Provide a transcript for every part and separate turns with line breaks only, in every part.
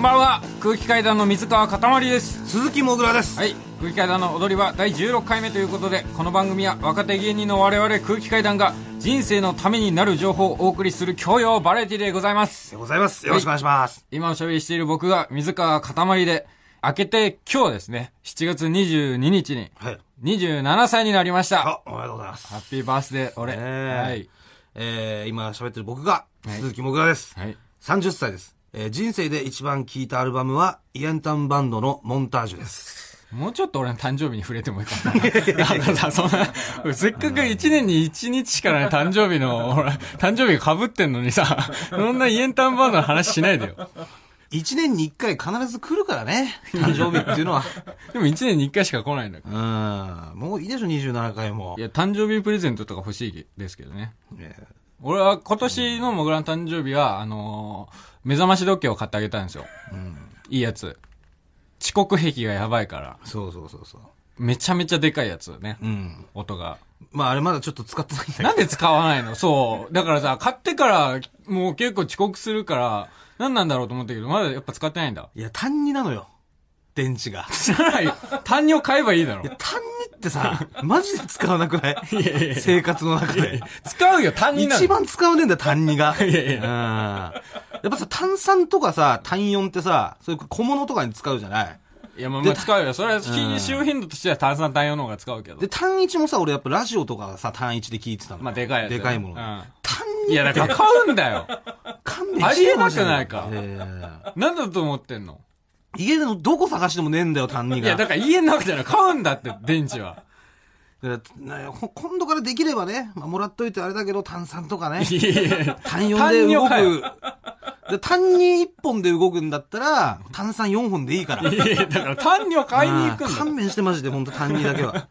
ばんは。空気階段の水川かたまりです。
鈴木もぐらです。
はい、空気階段の踊り場第16回目ということで、この番組は若手芸人の我々空気階段が人生のためになる情報をお送りする教養バラエティでございます。
よろしくお願いします。
はい、今おしゃべりしている僕が水川かたまりで、明けて今日ですね、7月22日に27歳になりました。
おめでとうございます。
ハッピーバースデー俺。はい。
今喋ってる僕が鈴木もぐらです。はい。30歳です。人生で一番聴いたアルバムはイエンタンバンドのモンタージュです。
もうちょっと俺の誕生日に触れてもいいかな。なんかさ、そんな、せっかく1年に1日しかない誕生日の、ほら、誕生日が被ってんのにさ、そんなイエンタンバンドの話しないでよ。
1年に1回必ず来るからね、誕生日っていうのは。
でも1年に1回しか来ないんだから。
もういいでしょ、27回も。
いや、誕生日プレゼントとか欲しいですけどね。俺は今年のもぐらの誕生日は、目覚まし時計を買ってあげたんですよ。いいやつ。遅刻癖がやばいから。
そう。
めちゃめちゃでかいやつね。音が。
まああれまだちょっと使ってないんだけど。
なんで使わないの？そう。だからさ、買ってからもう結構遅刻するから、何なんだろうと思ったけど、まだやっぱ使ってないんだ。
いや、単2なのよ。電池が。
知らないよ。単2を買えばいいだろ。
いや、単2ってさ、マジで使わなくない？
いや
生活の中で。
使うよ、単2なの。
一番使わねえんだよ、単2が。
いや。
やっぱさ、単3とかさ、単4ってさ、そういう小物とかに使うじゃない？
いや、まあ使うよ。それは周頻度としては単3単4の方が使うけど。
で、単1もさ、俺やっぱラジオとかさ、単1で聞いてたの。
まあでかいやつ。
でかいもの。
単
2。
いや、だから買うんだよ。
勘弁してよ。
ありえなくないか。なんだと思ってんの？
家でのどこ探してもねえんだよ、単2が。
いや、だから家の中じゃない。買うんだって、電池は。
今度からできればね、まあ、もらっといてあれだけど、単3とかね。単4
単
で動
4
く。単21本で動くんだったら、単3 4本でいいから。
いや、だから単2を買いに行くんだ。
勘弁してマジで、ほんと単2だけは。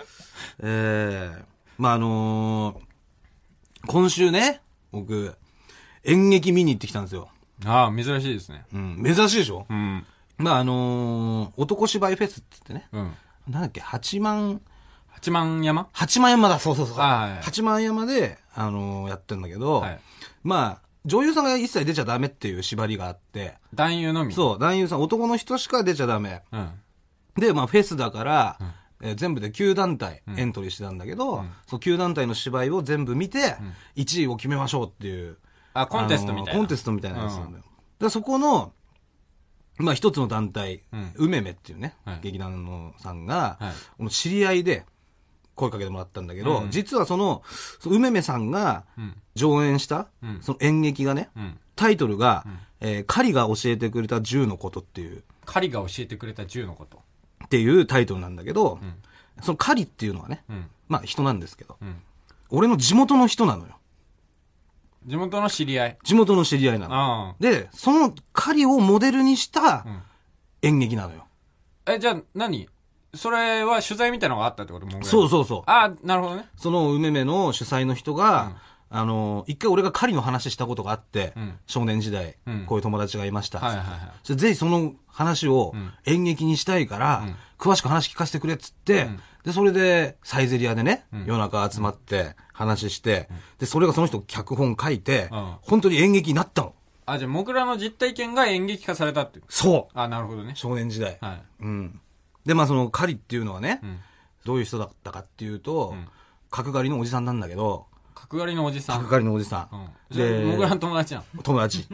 まあ今週ね、僕、演劇見に行ってきたんですよ。
ああ、珍しいですね。
珍しいでしょ？まあ男芝居フェスって言ってね。なんだっけ、八幡山だ、そう。八幡山で、やってんだけど、まあ、女優さんが一切出ちゃダメっていう縛りがあって。
男優のみ？
そう、男優さん、男の人しか出ちゃダメ。で、まあ、フェスだから、全部で9団体エントリーしてたんだけど、その9団体の芝居を全部見て、1位を決めましょうっていう。
コンテストみたいな。
コンテストみたいなやつなんだよ。で、そこの、まあ一つの団体、うめめっていうね、劇団のさんが、知り合いで声かけてもらったんだけど、実はそのうめめさんが上演した、その演劇がね、タイトルが、カリが教えてくれた10のことっていう。
カリが教えてくれた10のこと。
っていうタイトルなんだけど、そのカリっていうのはね、まあ人なんですけど、俺の地元の人なのよ。
地元の知り合い。
地元の知り合いなの。で、その狩りをモデルにした演劇なのよ。
じゃあ何？それは取材みたいなのがあったってことも？
そう。
なるほどね。
そのうめめの主催の人が、一回俺が狩りの話したことがあって、少年時代、こういう友達がいました。ぜひその話を演劇にしたいから、詳しく話聞かせてくれっつって、で、それでサイゼリアでね、夜中集まって話して、で、それがその人脚本書いて、本当に演劇になったの。
じゃあ、僕らの実体験が演劇化されたっていう。
そう。
なるほどね。
少年時代。で、まあその狩りっていうのはね、どういう人だったかっていうと、角刈りのおじさんなんだけど、
角刈りのおじさん。
角刈りのおじさん。
で、僕らの友達やん。
友達。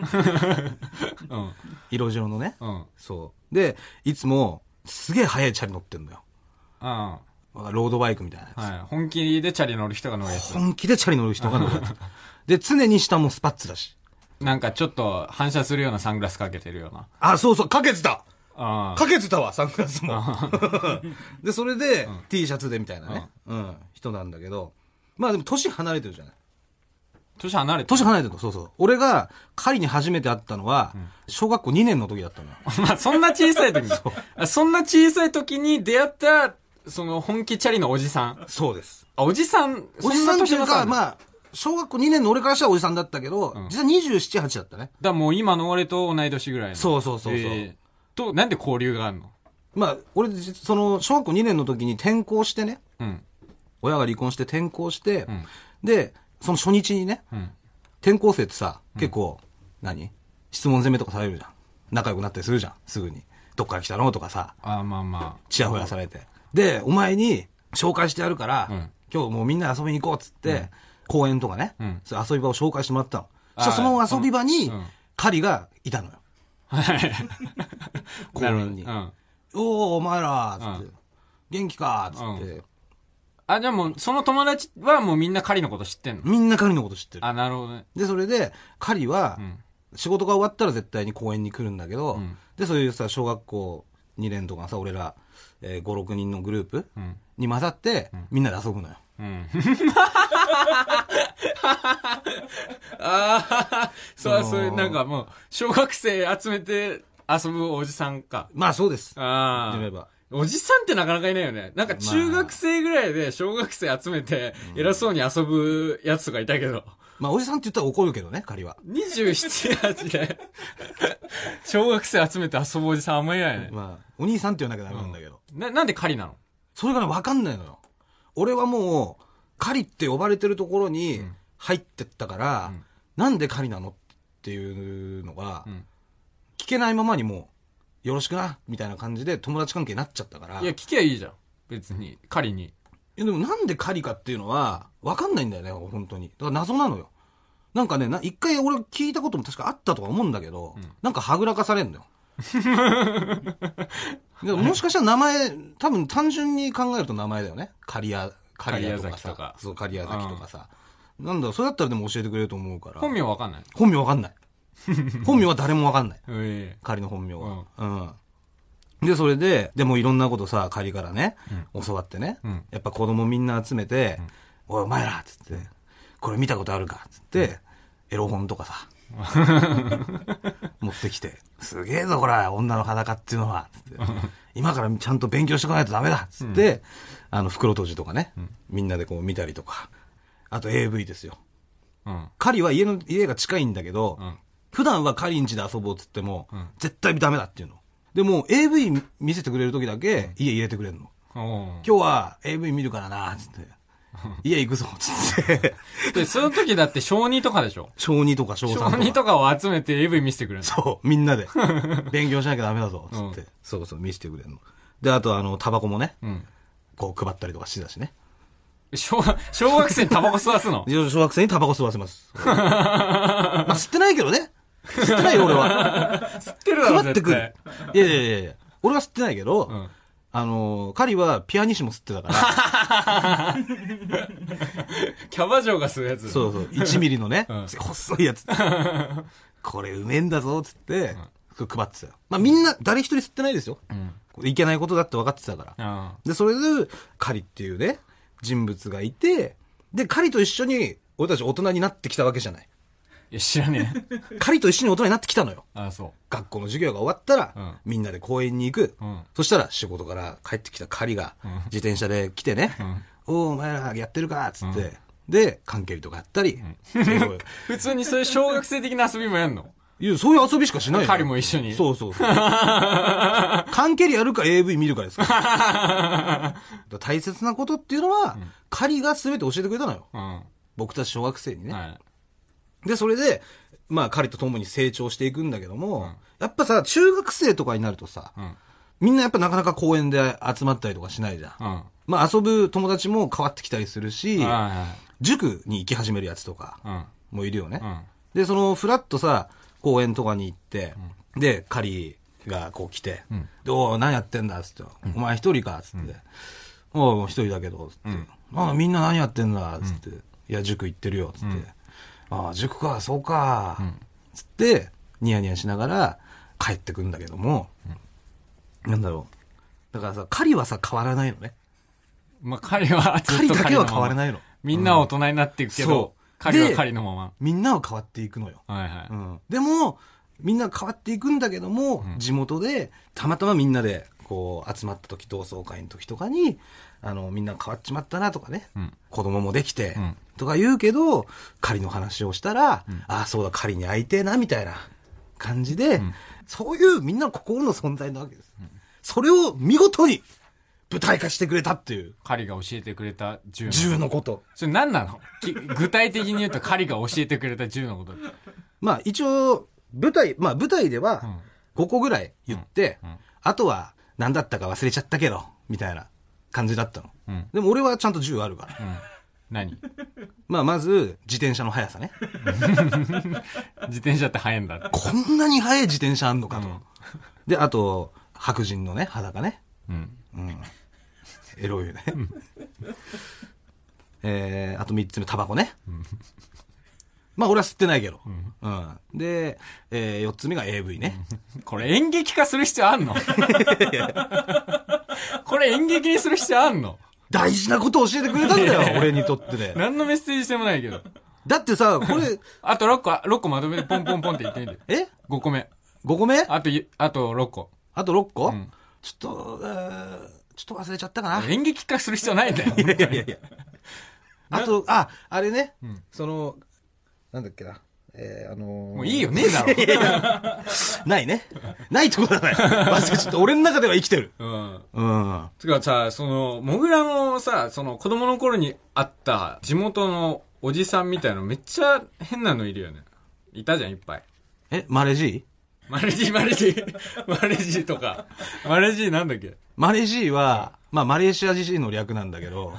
色白のね。そう。で、いつも、すげえ速いチャリ乗ってんだよ。ロードバイクみたいなやつ。
本気でチャリ乗る人が乗るやつ。
本気でチャリ乗る人が乗るやつ。で、常に下もスパッツだし。
なんかちょっと反射するようなサングラスかけてるような。
そう、かけてたかけてたわ、サングラスも。で、それで、T シャツでみたいなね。人なんだけど。まあでも年離れてるじゃない。
年離れて
るの、そう。俺が狩りに初めて会ったのは、小学校2年の時だったのよ。
まあそんな小さい時に。そんな小さい時に出会った、その本気チャリのおじさん。
そうです。
おじさん
っていうか、まあ、小学校2年の俺からしたらおじさんだったけど、実は27、8だったね。
もう今の俺と同い年ぐらいの。
そう。
と、なんで交流があるの？
まあ、俺、その、小学校2年の時に転校してね。親が離婚して転校して、で、その初日にね、転校生ってさ、結構、質問攻めとかされるじゃん。 仲良くなったりするじゃん、すぐに。どっから来たのとかさ。
まあまあ。
チヤホヤされて。で、お前に紹介してやるから、今日もうみんな遊びに行こうっつって、公園とかね、そういう遊び場を紹介してもらったの。そしたらその遊び場に、カリがいたのよ。公園に。お前らつって、元気かつって。
じゃあもう、その友達はもうみんなカリのこと知ってんの？
みんなカリのこと知ってる。
なるほどね。
で、それで、カリは、仕事が終わったら絶対に公園に来るんだけど、で、そういうさ、小学校2年とかさ、俺ら、5、6人のグループに混ざって、みんなで遊ぶのよ。
そういう、なんかもう、小学生集めて遊ぶおじさんか。
まあそうです。言えば。
おじさんってなかなかいないよね。なんか中学生ぐらいで小学生集めて偉そうに遊ぶやつとかいたけど。
まあおじさんって言ったら怒るけどね、仮は。
27、8で小学生集めて遊ぶおじさんあんまいないよね。
まあ、お兄さんって言わなきゃダメなんだけど。
なんで仮なの？
それがね、わかんないのよ。俺はもう、仮って呼ばれてるところに入ってったから、なんで仮なのっていうのが、聞けないままにもう、よろしくな、みたいな感じで友達関係になっちゃったから。
いや、聞けばいいじゃん。別に、仮に。
いや、でもなんで仮かっていうのは、わかんないんだよね、本当に。だから謎なのよ。なんかね、一回俺聞いたことも確かあったとか思うんだけど、なんかはぐらかされんのよ。でももしかしたら名前、多分単純に考えると名前だよね。仮屋とかさ。そう、仮屋崎とかさ。なんだろう、それだったらでも教えてくれると思うから。
本名わかんない？
本名わかんない。本名は誰もわかんない。仮の本名は。で、それで、でもいろんなことさ、仮からね、教わってね。やっぱ子供みんな集めて、おい、お前らつって、これ見たことあるかつって、エロ本とかさ、持ってきて、すげえぞ、これ、女の裸っていうのは、つって。今からちゃんと勉強してこないとダメだつって、袋閉じとかね、みんなでこう見たりとか。あと AV ですよ。カリは家が近いんだけど、普段はカリん家で遊ぼうっつっても、絶対ダメだっていうの。でも AV 見せてくれる時だけ家入れてくれるの。今日は AV 見るからな、つって。家行くぞ、つって。
で、その時だって小2とかでしょ？
小2とか小3とか。
小2とかを集めて AV 見せてくれるの。
そう、みんなで。勉強しなきゃダメだぞ、つって。そうそう、見せてくれるの。で、あとタバコもね、こう配ったりとかしてたしね。
小学生にタバコ吸わすの？
小学生にタバコ吸わせます。まあ、吸ってないけどね。吸ってないよ、俺は。
吸ってるだろ、
配ってくる。いや。俺は吸ってないけど、カリはピアニッシモ吸ってたから。
キャバ嬢が吸うやつ。
そうそう。1ミリのね、細いやつ。これうめえんだぞ、つって、配ってたよ。まあみんな、誰一人吸ってないですよ。いけないことだって分かってたから。で、それで、カリっていうね、人物がいて、で、カリと一緒に、俺たち大人になってきたわけじゃない。
いや、知らねえ。
カリと一緒に大人になってきたのよ。
そう。
学校の授業が終わったら、みんなで公園に行く。そしたら仕事から帰ってきたカリが、自転車で来てね、お前らやってるかつって、で、関係とかやったり。
普通にそういう小学生的な遊びもやんの？
いや、そういう遊びしかしないよ。
カリも一緒に。
そう。関係やるか AV 見るかですから。大切なことっていうのは、カリが全て教えてくれたのよ。僕たち小学生にね。で、それで、まあ、彼と共に成長していくんだけども、やっぱさ、中学生とかになるとさ、みんなやっぱなかなか公園で集まったりとかしないじゃん。まあ、遊ぶ友達も変わってきたりするし、塾に行き始めるやつとかもいるよね。で、その、フラッとさ、公園とかに行って、で、カリがこう来て、で、おい、何やってんだつって、お前一人かつって、おい、一人だけど、つって、みんな何やってんだつって、いや、塾行ってるよ、つって。塾か、そうか、つって、ニヤニヤしながら帰ってくんだけども、なんだろう。だからさ、カリはさ、変わらないのね。
まあ、カリはずっと
カリだけは変わらないの。
みんなは大人になっていくけど、カリはカリのまま。
みんなは変わっていくのよ。でも、みんな変わっていくんだけども、地元で、たまたまみんなで、こう、集まった時、同窓会の時とかに、みんな変わっちまったなとかね、子供もできて、とか言うけど、カリの話をしたら、ああ、そうだ、カリに会いてえな、みたいな感じで、そういうみんなの心の存在なわけです。それを見事に舞台化してくれたっていう。
カリが教えてくれた
10のこと。
それ何なの？具体的に言うとカリが教えてくれた10のこと。
まあ一応、舞台では、 5個ぐらい言って、あとは何だったか忘れちゃったけど、みたいな感じだったの。でも俺はちゃんと10あるから。
何
まず、自転車の速さね。
自転車って速いんだって。
こんなに速い自転車あんのかと。で、あと、白人のね、裸ね。エロいよね。あと3つ目、タバコね。まあ俺は吸ってないけど。で、4つ目が AV ね。
これ演劇化する必要あんのこれ演劇にする必要あんの？
大事なことを教えてくれたんだよ、俺にとってね。
何のメッセージ性もないけど。
だってさ、これ。
あと6個まとめてポンポンポンって言ってみて。5個目。
5個目？
あと6個。
あと6個？ちょっと忘れちゃったかな。
演劇化する必要ないんだよ。
いや。あと、あれね、なんだっけな。
もういいよ、ねえだろ。
ないね。ないってことはない。忘れちゃった。俺の中では生きてる。
つかさ、モグラのさ、子供の頃に会った地元のおじさんみたいなめっちゃ変なのいるよね。いたじゃん、いっぱい。
マレジ
ーマレジーとか。マレジーなんだっけ？
マレジーは、まあ、マレーシア自身の略なんだけど、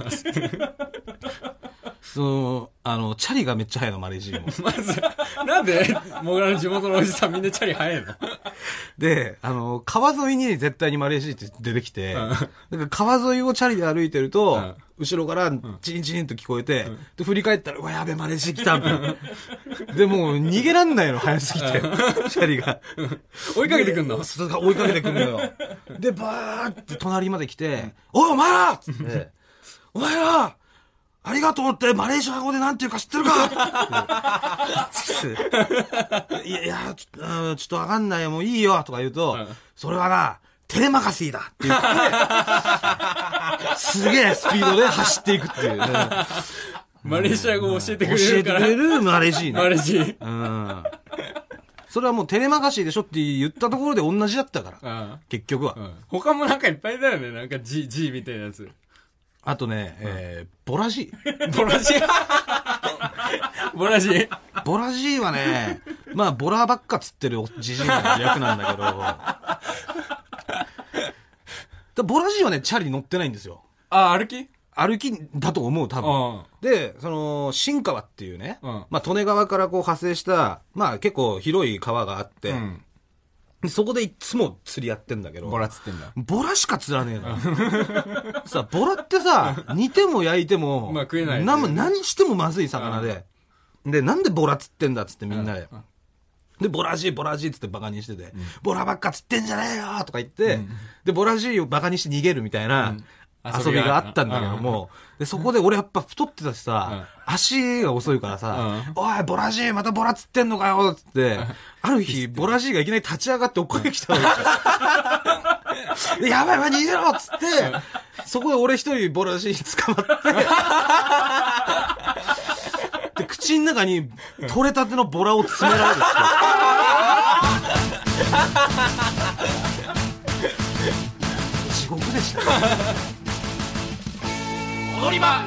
チャリがめっちゃ速いの、マレージーも。
まず、なんで、モグラの地元のおじさんみんなチャリ速いの？
で、川沿いに絶対にマレージーって出てきて、だから川沿いをチャリで歩いてると、後ろからチンチンと聞こえて、で、振り返ったら、うわ、やべ、マレージー来たみたいな。で、もう逃げらんないの、速すぎて、チャリが。
追いかけてくんの？
追いかけてくんのよ。で、バーって隣まで来て、おい、お前らつって、お前らありがとうってマレーシア語でなんて言うか知ってるかいや、ちょっとわかんないよ、もういいよとか言うと、それはな、テレマカシーだって言って、すげえスピードで走っていくっていう、ね。
マレーシア語を教えてくれるから。
教えてくれるマレージーね。
マレージー。
それはもうテレマカシーでしょって言ったところで同じだったから。結局は。
他もなんかいっぱいだよね、なんか G みたいなやつ。
あとね、ボラジー。
ボラジーボラジー
ボラジーはね、まあ、ボラばっか釣ってるジジイの略なんだけど、ボラジーはね、チャリ乗ってないんですよ。
歩き
だと思う、多分。で、新川っていうね、まあ、利根川からこう派生した、まあ、結構広い川があって、そこでいつも釣りやってんだけど。
ボラ釣ってんだ。
ボラしか釣らねえの。さ、ボラってさ、煮ても焼いても、
まあ食えない。
何してもまずい魚で。で、なんでボラ釣ってんだっつってみんなで。で、ボラジーっつってバカにしてて、ボラばっか釣ってんじゃねえよとか言って、で、ボラジーをバカにして逃げるみたいな、遊びがあったんだけども、で、そこで俺やっぱ太ってたしさ、足が遅いからさ、おい、ボラジーまたボラ釣ってんのかよつって、ある日、ボラジーがいきなり立ち上がって追っかけてきたわけ。やばい、逃げろつって、そこで俺一人ボラジー捕まって、で、口の中に取れたてのボラを詰められるって。地獄でした。
踊り場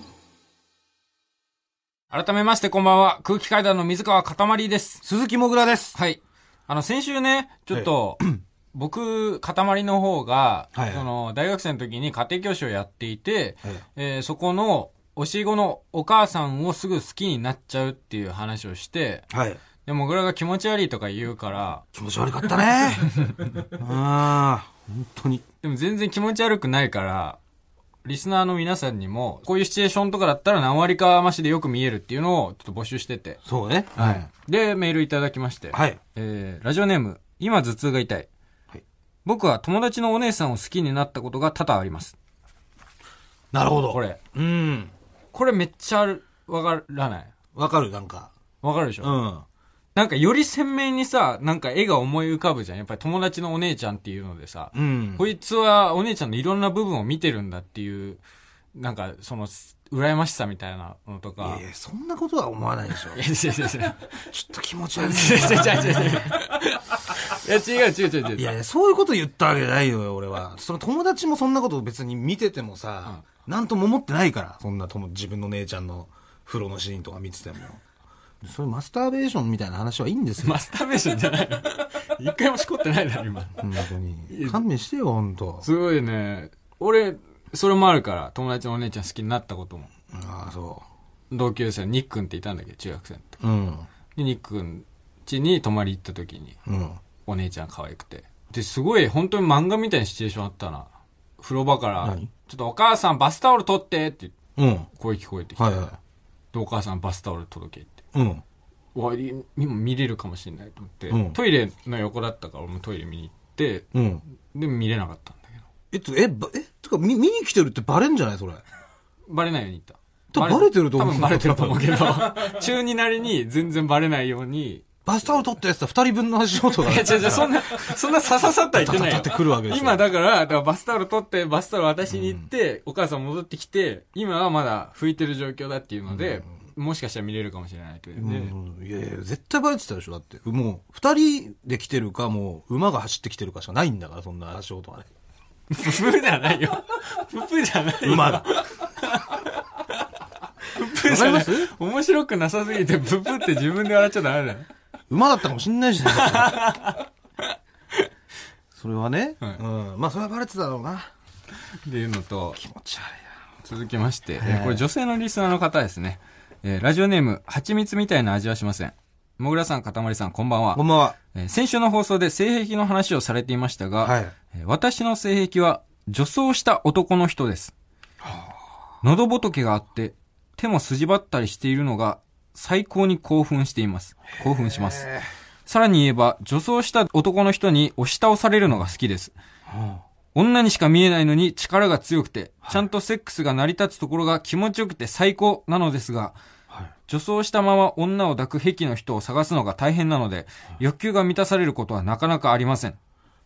改めましてこんばんは。空気階段の水川かたまりです。
鈴木もぐらです。
はい。先週ね、ちょっと、僕、かたまりの方が、大学生の時に家庭教師をやっていて、そこの教え子のお母さんをすぐ好きになっちゃうっていう話をして、でもぐらが気持ち悪いとか言うから。
気持ち悪かったね。本当に。
でも全然気持ち悪くないから、リスナーの皆さんにも、こういうシチュエーションとかだったら何割か増しでよく見えるっていうのをちょっと募集してて。
そうね。
で、メールいただきまして。ラジオネーム、今頭痛が痛い。僕は友達のお姉さんを好きになったことが多々あります。
なるほど。
これ。これめっちゃわからない？
わかる、なんか。
わかるでしょ？なんかより鮮明にさ、なんか絵が思い浮かぶじゃん。やっぱり友達のお姉ちゃんっていうのでさ、こいつはお姉ちゃんのいろんな部分を見てるんだっていう、なんか羨ましさみたいなのとか。
いや、そんなことは思わないでしょ。ちょっと気持ち悪い。
いや、違う。
いや、そういうこと言ったわけじゃないよ、俺は。その友達もそんなこと別に見ててもさ、なんとも思ってないから、そんな自分の姉ちゃんの風呂のシーンとか見てても。 そういうマスターベーションみたいな話はいいんですよ。
マスターベーションじゃないの。一回もしこってないだろ、今。
本当に。勘弁してよ、本当。
すごいね。俺、それもあるから、友達のお姉ちゃん好きになったことも。
ああ、そ
う。同級生、ニックンっていたんだけど、中学生の時。
うん。
で、ニックン家に泊まり行った時に、うん、お姉ちゃん可愛くて。で、すごい、本当に漫画みたいなシチュエーションあったな。風呂場から、ちょっとお母さんバスタオル取ってって言って、声聞こえてきて、はいはい、で、お母さんバスタオル届けって。うん。今見れるかもしれないと思って、うん、トイレの横だったから俺もトイレ見に行って、うん、でも見れなかったんだけど。
てか見に来てるってバレんじゃないそれ。
バレないように行った。
バレてると思う。
多分バレてると思うけど、中二なりに全然バレないように。
バスタオル取ったやつは二人分の足音が。
いや、違う、そんなさささったら言ってないよ。
ってくるわけですよ。
今だからバスタオル取って、バスタオル渡しに行って、お母さん戻ってきて、今はまだ拭いてる状況だっていうので、もしかしたら見れるかもしれないけどね。
いやいや、絶対バレてたでしょだって。もう、二人で来てるか、もう、馬が走ってきてるかしかないんだから、そんな足音はね。
ププじゃないよ。ププじゃないよ。
馬が。
ププじゃない。面白くなさすぎて、ププって自分で笑っちゃダメだよ。
馬だったかもしんないじゃないですか。それはね、はい、うん。まあ、それはバレてただろうな。
っていうのと、
気持ち悪いな。
続きまして、これ女性のリスナーの方ですね。ラジオネーム、蜂蜜みたいな味はしません。もぐらさん、かたまりさん、こんばんは。
こんばんは。
先週の放送で性癖の話をされていましたが、はい、私の性癖は女装した男の人です。喉仏があって、手も筋張ったりしているのが最高に興奮します。さらに言えば、女装した男の人に押し倒されるのが好きです。女にしか見えないのに力が強くて、ちゃんとセックスが成り立つところが気持ちよくて最高なのですが、女装したまま女を抱く癖の人を探すのが大変なので、欲求が満たされることはなかなかありません。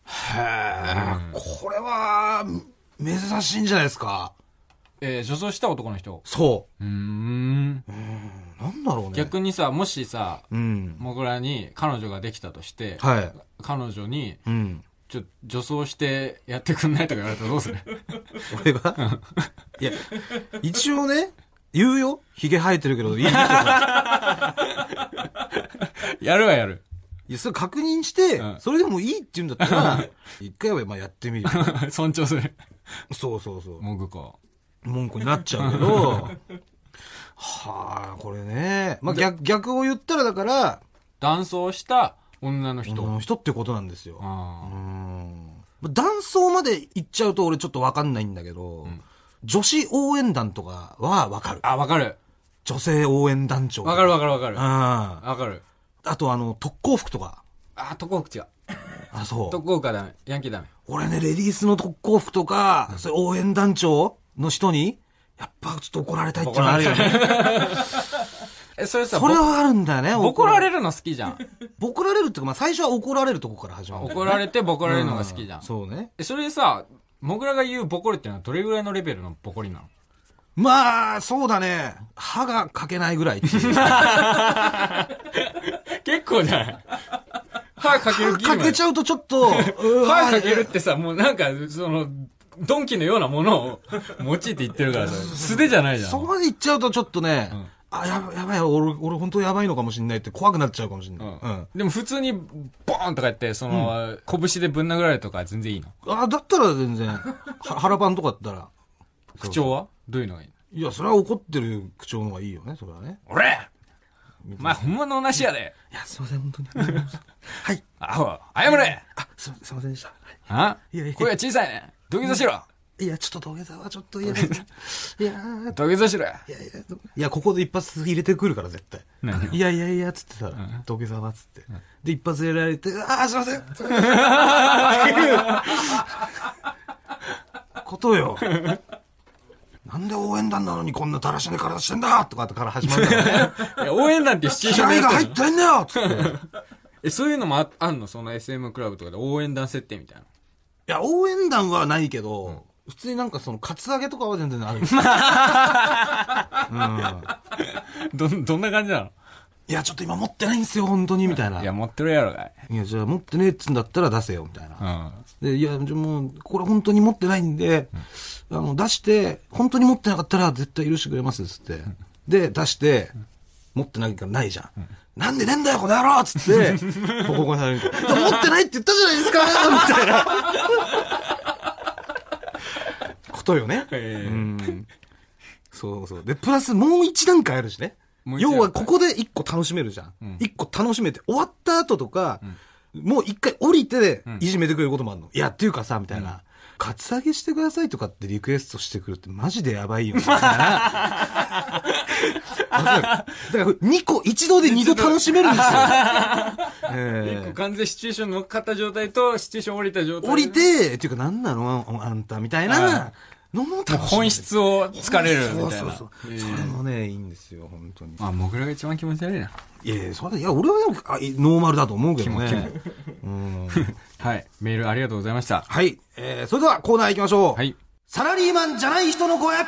これは、珍しいんじゃないですか。
女装した男の人。
そう。なんだろうね。
逆にさ、もしさ、もぐらに彼女ができたとして、はい、彼女に、女装してやってくんないとか言われたらどうする？
俺がいや、一応ね、言うよ。髭生えてるけど、いいと
か。やるはやる。
いや、それ確認して、それでもいいって言うんだったら、一回はまあやってみる。
尊重する。
そうそうそう。
文句か。
文句になっちゃうけど、はあ、これね。まあ逆を言ったらだから、
男装した女の人。
女の人ってことなんですよ。男装まで行っちゃうと俺ちょっとわかんないんだけど、女子応援団とかはわかる。
あ、わかる。
女性応援団長。
わかる。わかる。
あと特攻服とか。
特攻服違う。
あ、そう。
特攻服はダメ。ヤンキーダメ。
俺ね、レディースの特攻服とか、そういう応援団長の人に、やっぱちょっと怒られたいっていうのあるよね。
それ
はあるんだよね。
ボコられるの好きじゃん。
ボコられるっていうか、まあ最初は怒られるとこから始まる。
怒られてボコられるのが好きじゃん。
そうね。
それでさ、もぐらが言うボコるっていうのはどれぐらいのレベルのボコりなの？
まあ、そうだね。歯がかけないぐらいっていう。
結構じゃない？歯かける
歯かけちゃうとちょっと、
歯かけるってさ、もうなんか、ドンキのようなものを用いて言ってるからさ、素手じゃないじゃん。
そこまで言っちゃうとちょっとね、やばい、俺本当やばいのかもしんないって怖くなっちゃうかもしんない。
でも普通にボーンとかやって、拳でぶん殴られるとか全然いいの？
だったら全然。腹パンとかだったら。
口調はどういうのがいいの？
いや、それは怒ってる口調の方がいいよね、それはね。
俺お前ほんまの同じやで。
いや、すいません、本当に。はい。
謝れ。
すいませんでした。
いや、声は小さいね。土下座しろ。
いや、ちょっと土下座はちょっと嫌だ。いや
土下座しろ。
いや、ここで一発入れてくるから、絶対。いや、つってさ、土下座は、つって。で、一発入れられて、すいませんっていうことよ。なんで応援団なのにこんなだらしね体してんだとかから始まるんだよ
ね。応援団ってシチュエーション
気合が入ってんだよつって。
そういうのもあんの？その SM クラブとかで応援団設定みたいな。
いや、応援団はないけど、普通になんかカツアゲとかは全然ある。
どんな感じなの？
いや、ちょっと今持ってないんすよ、本当に、みたいな。
いや、持ってるやろがい。
いや、じゃあ持ってねえっつんだったら出せよ、みたいな。で、いや、もう、これ本当に持ってないんで、出して、本当に持ってなかったら絶対許してくれます、つって。で、出して、 持ってないからないじゃん。なんでねんだよ、この野郎つって、ボコボコにされる。持ってないって言ったじゃないですかみたいな。ことよね。そうそう。で、プラスもう一段階あるしね。要はここで一個楽しめるじゃん。一個楽しめて、終わった後とか、もう一回降りていじめてくれることもあるの。いや、っていうかさ、みたいな。カツアゲしてくださいとかってリクエストしてくるってマジでやばいよね。だから2個一度で2度楽しめるんですよ。
1個完全シチュエーション乗っかった状態とシチュエーション降りた状態。
降りて、っていうか何なのあんたみたいなのも楽しめる。
本質を疲れるみたいな。
そう。それもね、いいんですよ、本当に。
モグラが一番気持ち悪いな。
いや、俺はノーマルだと思うけどね。
はい。メールありがとうございました。
はい。それではコーナー行きましょう。
はい。
サラリーマンじゃない人の声。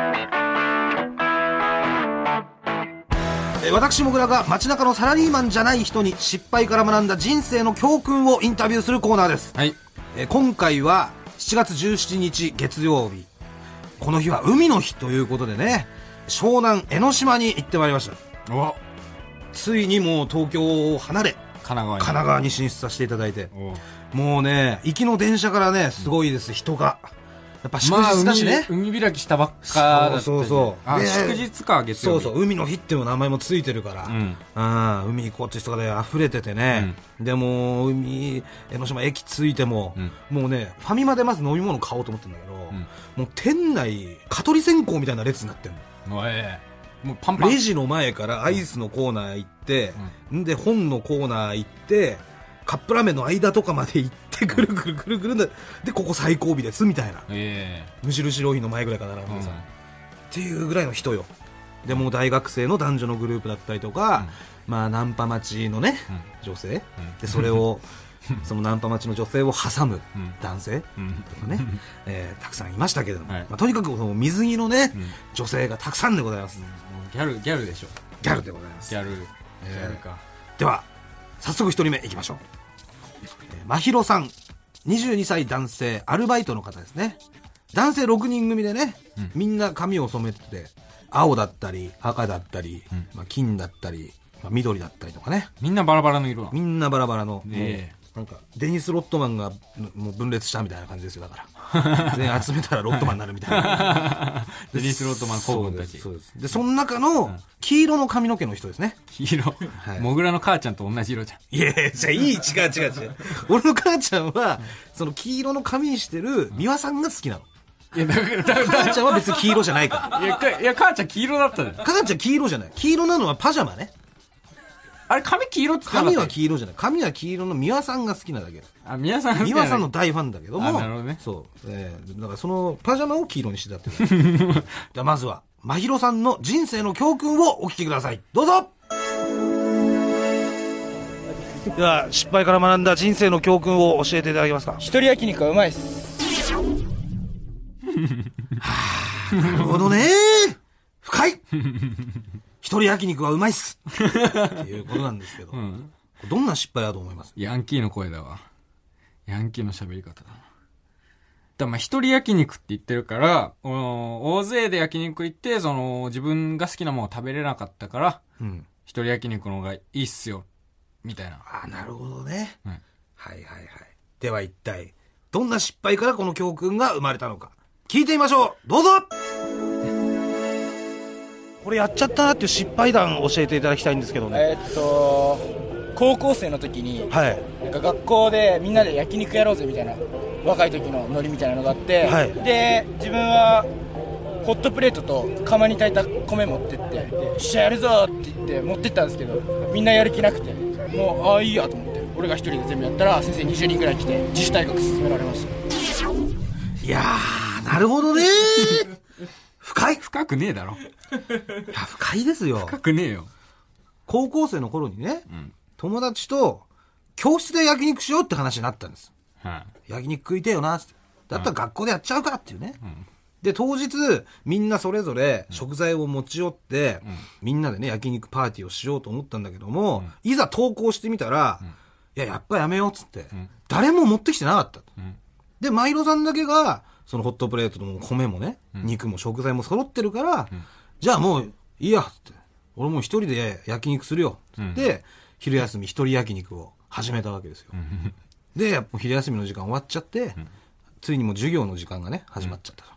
私もぐらが街中のサラリーマンじゃない人に失敗から学んだ人生の教訓をインタビューするコーナーです。
はい。
今回は7月17日月曜日。この日は海の日ということでね、湘南江ノ島に行ってまいりました。ついにもう東京を離れ、神奈川に進出させていただいて、もうね、行きの電車からね、すごいです、人が。やっぱ祝日だしね。
海開きしたばっかだった。
そう。
祝日か、月曜日。
そう、海の日っていう名前もついてるから、海行こうって人がね、溢れててね。でも、江ノ島駅着いても、もうね、ファミマでまず飲み物買おうと思ってんだけど、もう店内、蚊取り線香みたいな列になってんの。もうパンパン。レジの前からアイスのコーナー行って、で、本のコーナー行って、カップラーメンの間とかまで行ってぐるぐるでここ最後尾ですみたいな、無印良品の前ぐらいから並んでさ、っていうぐらいの人よ。でもう大学生の男女のグループだったりとか、ナンパ待ちのね、女性で、それをそのナンパ待ちの女性を挟む男性とかね、たくさんいましたけれども、とにかくその水着のね、女性がたくさんでございます。
ギャルでしょ。
ギャルでございます。
ギャルか。
では早速一人目いきましょう。まひろさん、22歳男性、アルバイトの方ですね。男性6人組でね、みんな髪を染めてて、青だったり赤だったり、金だったり、緑だったりとかね。
みんなバラバラの色なの。
みんなバラバラの、なんかデニス・ロットマンがもう分裂したみたいな感じですよ。だから全員集めたらロットマンになるみたいな。
デニス・ロットマン候補たち。
そうです。で、その中の黄色の髪の毛の人ですね。
黄色、モグラの母ちゃんと同じ色じゃん。
いやじゃあ違う。俺の母ちゃんはその黄色の髪にしてる美輪さんが好きなの。いやだから母ちゃんは別に黄色じゃないから。
いや母ちゃん黄色だったじゃん。
母ちゃん黄色じゃない。黄色なのはパジャマね。
あれ髪黄色って
髪は黄色じゃない。髪は黄色の美輪さんが好きなだけ。
美輪さん
の大ファンだけども。
なるほどね。
そう。だからそのパジャマを黄色にしてたっていう。じゃあまずはまひろさんの人生の教訓をお聞きください。どうぞ。では失敗から学んだ人生の教訓を教えていただけますか。
一人焼肉はうまいっす。
なるほどね。深い。一人焼肉はうまいっすっていうことなんですけど、どんな失敗だと思います？
ヤンキーの声だわ。ヤンキーの喋り方だな。一人焼肉って言ってるから、大勢で焼肉行って、自分が好きなものを食べれなかったから、一人焼肉の方がいいっすよみたいな。
なるほどね。はい。では一体どんな失敗からこの教訓が生まれたのか聞いてみましょう。どうぞ。これやっちゃったなっていう失敗談を教えていただきたいんですけどね。
高校生の時に、なんか学校でみんなで焼肉やろうぜみたいな若い時のノリみたいなのがあって、で自分はホットプレートと釜に炊いた米持ってってよっしゃやるぞって言って持ってったんですけど、みんなやる気なくて、もういいやと思って俺が一人で全部やったら先生20人ぐらい来て自主退学勧められました。
いやーなるほどね。
深くねえだろ。
いや深いですよ。
深くねえよ。
高校生の頃にね、友達と教室で焼肉しようって話になったんです。焼肉食いてえよなって。だったら学校でやっちゃうかっていうね。で当日みんなそれぞれ食材を持ち寄って、みんなでね焼肉パーティーをしようと思ったんだけども、いざ登校してみたら、やっぱやめようっつって、誰も持ってきてなかった。でまひろさんだけがそのホットプレートの米もね、肉も食材も揃ってるから、じゃあもういいやって俺もう一人で焼肉するよ。で、昼休み一人焼肉を始めたわけですよ。で、昼休みの時間終わっちゃって、ついにもう授業の時間がね、始まっちゃった。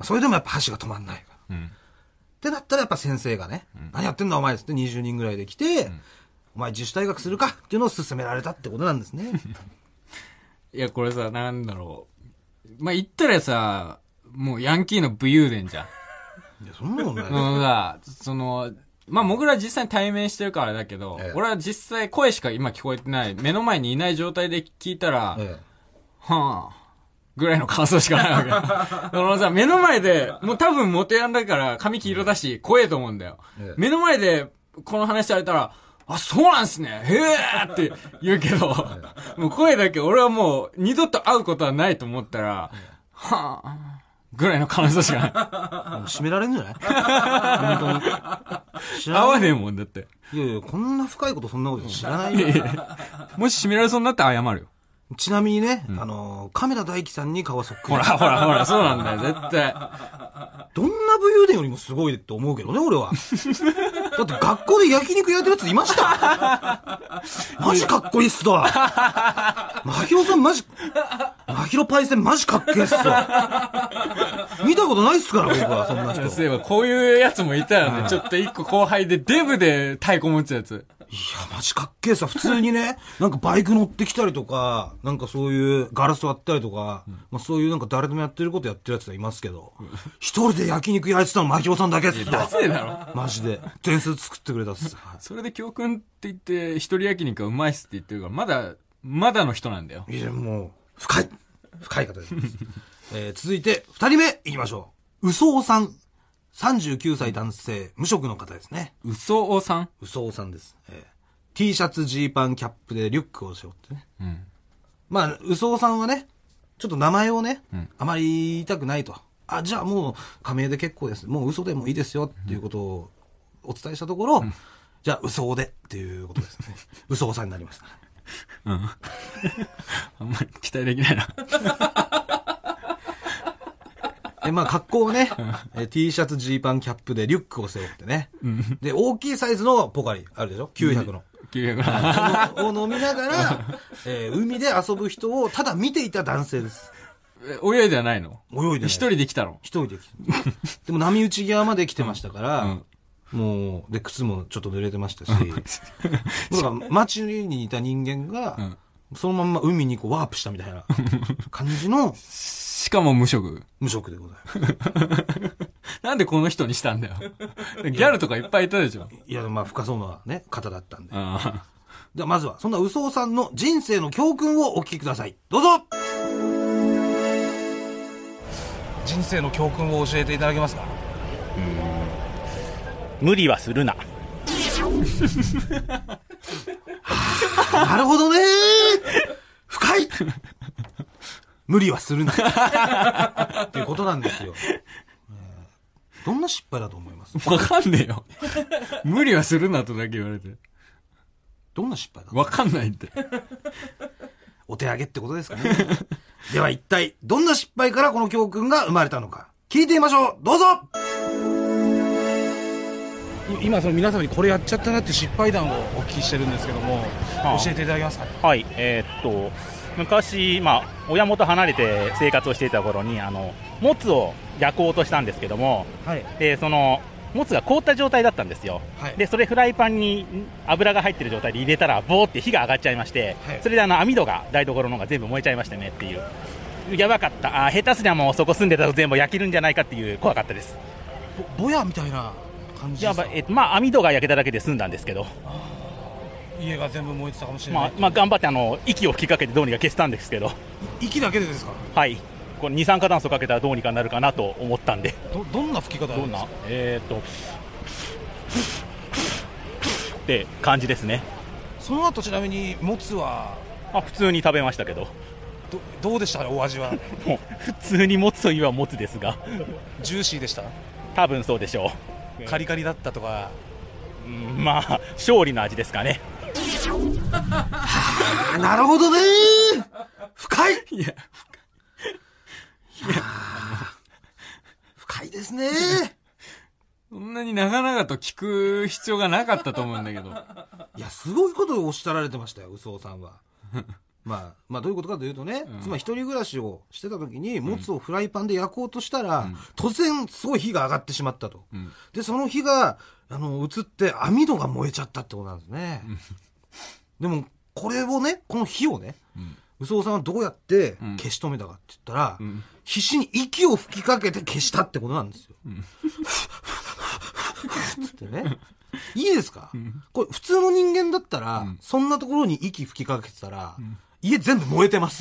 それでもやっぱ箸が止まんないから。ってなったらやっぱ先生がね、何やってんだお前っつって20人ぐらいで来て、お前自主退学するかっていうのを勧められたってことなんですね。
いや、これさ、なんだろう。まあ、言ったらさ、もうヤンキーの武勇伝じゃん。
いや、そんなことない。
まあ、僕ら実際に対面してるからだけど、俺は実際声しか今聞こえてない、目の前にいない状態で聞いたら、はぁ、ぐらいの感想しかないわけ。さ、目の前で、もう多分モテヤンだから髪黄色だし、怖えと思うんだよ。目の前でこの話されたら、あ、そうなんすねへーって言うけど、もう声だけ俺はもう二度と会うことはないと思ったら、はぁ、ぐらいの感想しかない。
締められんじゃない本当に。
会わねえもんだって。
いやいや、こんな深いことそんなこと知らないよ。
もし締められそうになったら謝るよ。
ちなみにね、亀田大輝さんに顔そっくり。
ほら、そうなんだよ、絶対。
どんな武勇伝よりもすごいって思うけどね、俺は。だって学校で焼肉焼いてるやついましたマジかっこいいっすわ。まひろさんマジ、まひろパイセンマジかっけえっすわ。見たことないっすから、僕は、そんな人。
そういえば、こういうやつもいたよね。ちょっと一個後輩でデブで太鼓持つやつ。
いや、マジかっけえさ、普通にね、なんかバイク乗ってきたりとか、なんかそういうガラス割ったりとか、まあそういうなんか誰でもやってることやってるやつがいますけど、一人で焼肉焼いてたのマヒロさんだけっすわ。
ダセえだろ。
マジで。伝説作ってくれたっす。
それで教訓って言って、一人焼肉がうまいっすって言ってるから、まだの人なんだよ。
いや、もう、深い方です。続いて、二人目行きましょう。うそおさん。39歳男性、無職の方ですね。
うそおさん
です。T シャツ、ジーパン、キャップでリュックを背負ってね。まあ、うそおさんはね、ちょっと名前をね、あまり言いたくないと。あ、じゃあもう仮名で結構です。もう嘘でもいいですよっていうことをお伝えしたところ、じゃあうそおでっていうことですね。うそおさんになりました。
あんまり期待できないな。
まあ格好はね、T シャツ、ジーパン、キャップでリュックを背負ってね。で、大きいサイズのポカリあるでしょ ?900 の。
900
の。を飲みながら、海で遊ぶ人をただ見ていた男性です。
泳いではないの？
泳いでない。
一人で来たの？
一人で来た。でも波打ち際まで来てましたから、もう、で、靴もちょっと濡れてましたし、だから街にいた人間が、そのまんま海にこうワープしたみたいな感じの、
しかも無職
でございます。
なんでこの人にしたんだよ。ギャルとかいっぱいいたでしょ。
いや、まあ深そうなね、方だったんで。ではまずは、そんなうそおさんの人生の教訓をお聞きください。どうぞ。人生の教訓を教えていただけますか？
無理はするな。
なるほどね。深い。無理はするな。っていうことなんですよ。どんな失敗だと思います？
わかんねえよ。無理はするなとだけ言われて。
どんな失敗だ？
わかんないって。
お手上げってことですかね。では一体、どんな失敗からこの教訓が生まれたのか。聞いてみましょう。どうぞ。今その皆様にこれやっちゃったなって失敗談をお聞きしてるんですけども、教えていただけますかね。
はい。昔、親元離れて生活をしていた頃に、もつを焼こうとしたんですけども、で、その、もつが凍った状態だったんですよ。で、それフライパンに油が入ってる状態で入れたら、ボーって火が上がっちゃいまして、それで網戸が、台所のが全部燃えちゃいましたねっていう。やばかった。下手すりゃもうそこ住んでたら全部焼けるんじゃないかっていう、怖かったです。
ぼやみたいな感じですか？
網戸が焼けただけで済んだんですけど。
家が全部燃えてたかもしれない。
頑張って息を吹きかけてどうにか消したんですけど。
息だけでですか？
はい。これ二酸化炭素かけたらどうにかなるかなと思ったんで。
どんな吹き方ですか？
って感じですね。
その後ちなみにもつは
普通に食べましたけど。
どうでしたかね、お味は？
もう普通にもつといえばもつですが。
ジューシーでした？
多分そうでしょ
う。カリカリだったとか。
勝利の味ですかね。
なるほどね。深い。いや深いですね。
そんなに長々と聞く必要がなかったと思うんだけど。
いや、すごいことをおっしゃられてましたよ、嘘さんは。まあどういうことかというとね、つまり一人暮らしをしてた時に、もつをフライパンで焼こうとしたら、突然すごい火が上がってしまったと。で、その火が、移って網戸が燃えちゃったってことなんですね。でも、この火をね、嘘さんはどうやって消し止めたかって言ったら、必死に息を吹きかけて消したってことなんですよ。つってね。いいですか、これ普通の人間だったら、そんなところに息吹きかけてたら、家全部燃えてます。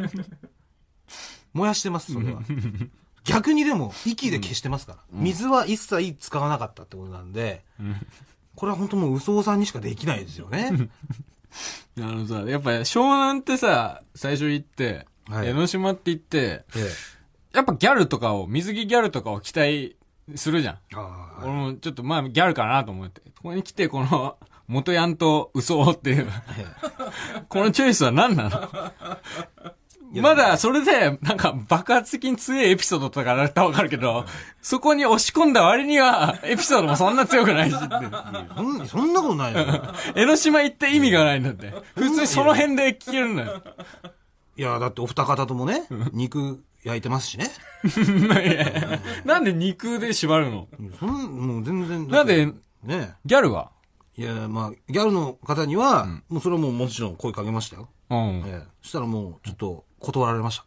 燃やしてます、それは。逆にでも、息で消してますから。水は一切使わなかったってことなんで、これは本当もう嘘さんにしかできないですよね。
さ、やっぱ湘南ってさ、最初行って、江ノ島って行って、やっぱギャルとかを、水着ギャルとかを期待するじゃん。俺もちょっとギャルかなと思って。ここに来てこの、元ヤンと嘘っていう、このチョイスは何なの？まだそれで、なんか爆発的に強いエピソードとかだったらわかるけど、そこに押し込んだ割には、エピソードもそんな強くないしって。
そんなことないよ。
江ノ島行って意味がないんだって。普通にその辺で聞けるんだよ。
いや、だってお二方ともね、肉焼いてますしね。
なんで肉で縛るの？
もう全然。
なんで、
ね、
ギャルは？
いや、ギャルの方には、もうそれはもうもちろん声かけましたよ。そしたらもう、ちょっと、断られました。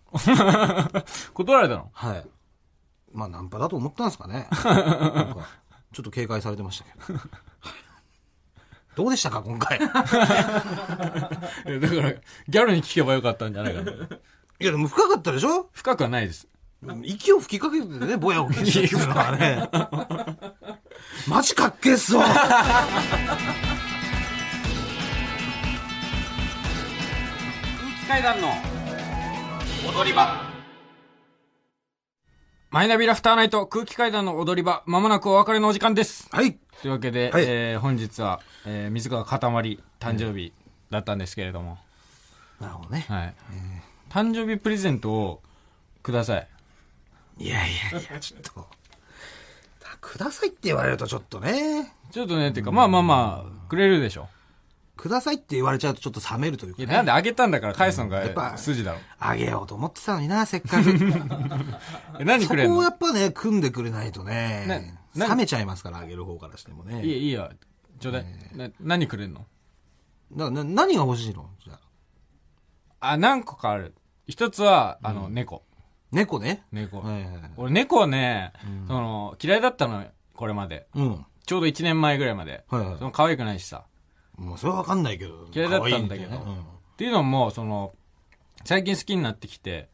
断られたの？
はい。ナンパだと思ったんですかね。なんかちょっと警戒されてましたけど。どうでしたか、今回。だから、
ギャルに聞けばよかったんじゃないかな。い
や、でも深かったでしょ？
深くはないです。
息を吹きかけてね、ぼやを消していくのはね。マジかっけえっすわ。空
気階段の踊り場。マイナビラフターナイト空気階段の踊り場、まもなくお別れのお時間です。
はい。
というわけで、本日は、水川かたまり誕生日だったんですけれども。
なるほどね。
はい。誕生日プレゼントをください。
いや、ちょっと。くださいって言われるとちょっとね。
ちょっとね、っていうか、くれるでしょ。
くださいって言われちゃうとちょっと冷めるというか、ね。
いや、なんであげたんだから返すのが筋だろ。
あげようと思ってたのにな、せっかく。
何くれんの？
そこをやっぱね、組んでくれないとね、冷めちゃいますから、あげる方からしてもね。
いいよ。ちょうだい。何くれんの？
何が欲しいの？じゃ
あ。何個かある。一つは、猫。
猫ね。
猫。俺猫はね、嫌いだったの、これまで。ちょうど1年前ぐらいまで。可愛くないしさ。
もうそれはわかんないけど。
嫌いだったんだけど。っていうのも、最近好きになってきて、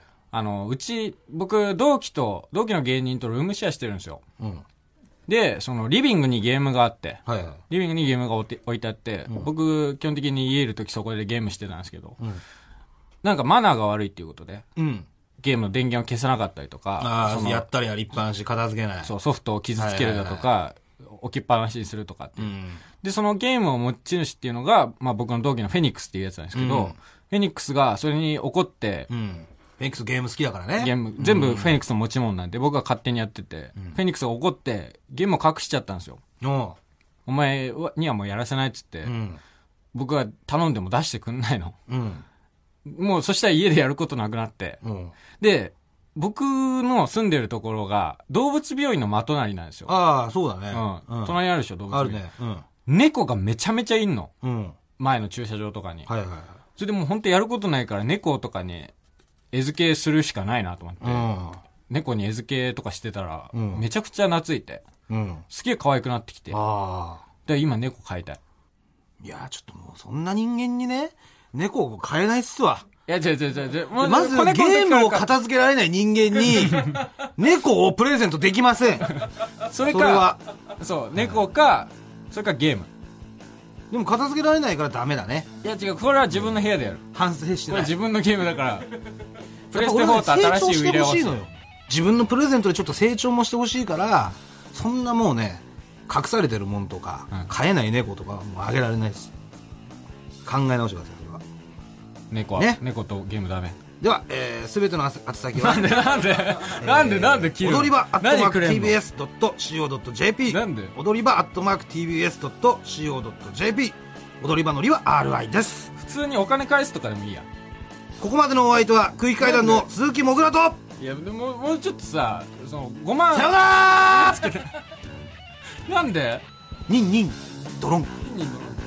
僕、同期の芸人とルームシェアしてるんですよ。で、リビングにゲームがあって、リビングにゲームが置いてあって、僕、基本的に家いるときそこでゲームしてたんですけど、なんかマナーが悪いっていうことで、ゲームの電源を消さなかったりとか、
やったりやりっぱなし片付けない。
ソフトを傷つけるだとか、置きっぱなしにするとかって。で、そのゲームを持ち主っていうのが、僕の同期のフェニックスっていうやつなんですけど、フェニックスがそれに怒って、フェ
ニックスゲーム好きだからね。
全部フェニックスの持ち物なんで、僕が勝手にやってて、フェニックスが怒って、ゲームを隠しちゃったんですよ。お前にはもうやらせないっつって、僕が頼んでも出してくんないの。もうそしたら家でやることなくなって。で、僕の住んでるところが動物病院の真隣なんですよ。
ああ、そうだね。
隣にあるでしょ、動物病院。
あるね。
猫がめちゃめちゃいんの。前の駐車場とかに。それでもう本当やることないから猫とかに餌付けするしかないなと思って。猫に餌付けとかしてたら、めちゃくちゃ懐いて。すげえ可愛くなってきて。で、今猫飼いたい。
いや、ちょっともうそんな人間にね、猫を飼えないっすわ。
いや、違う。
まずゲームを片付けられない人間に、猫をプレゼントできません。
それは。そう、猫か、それかゲーム。
でも片付けられないからダメだね。
いや違う、これは自分の部屋でやる。
反省してない。
これ自分のゲームだから。プレステ4と新しいウィレを。
自分のプレゼントでちょっと成長もしてほしいから、そんなもうね、隠されてるもんとか、飼えない猫とかもうあげられないです。考え直してください。
猫とゲームダメ。
では、すべての宛先は
なんで
踊り場@tbs.co.jp 踊り場@tbs.co.jp 踊り場のりは RI です。
普通にお金返すとかでもいいや。
ここまでのお相手は空気階段の鈴木もぐらと、
いやでももうちょっとさ、その5万
さよなら
なんで
ニンニンドロン。
ニンニン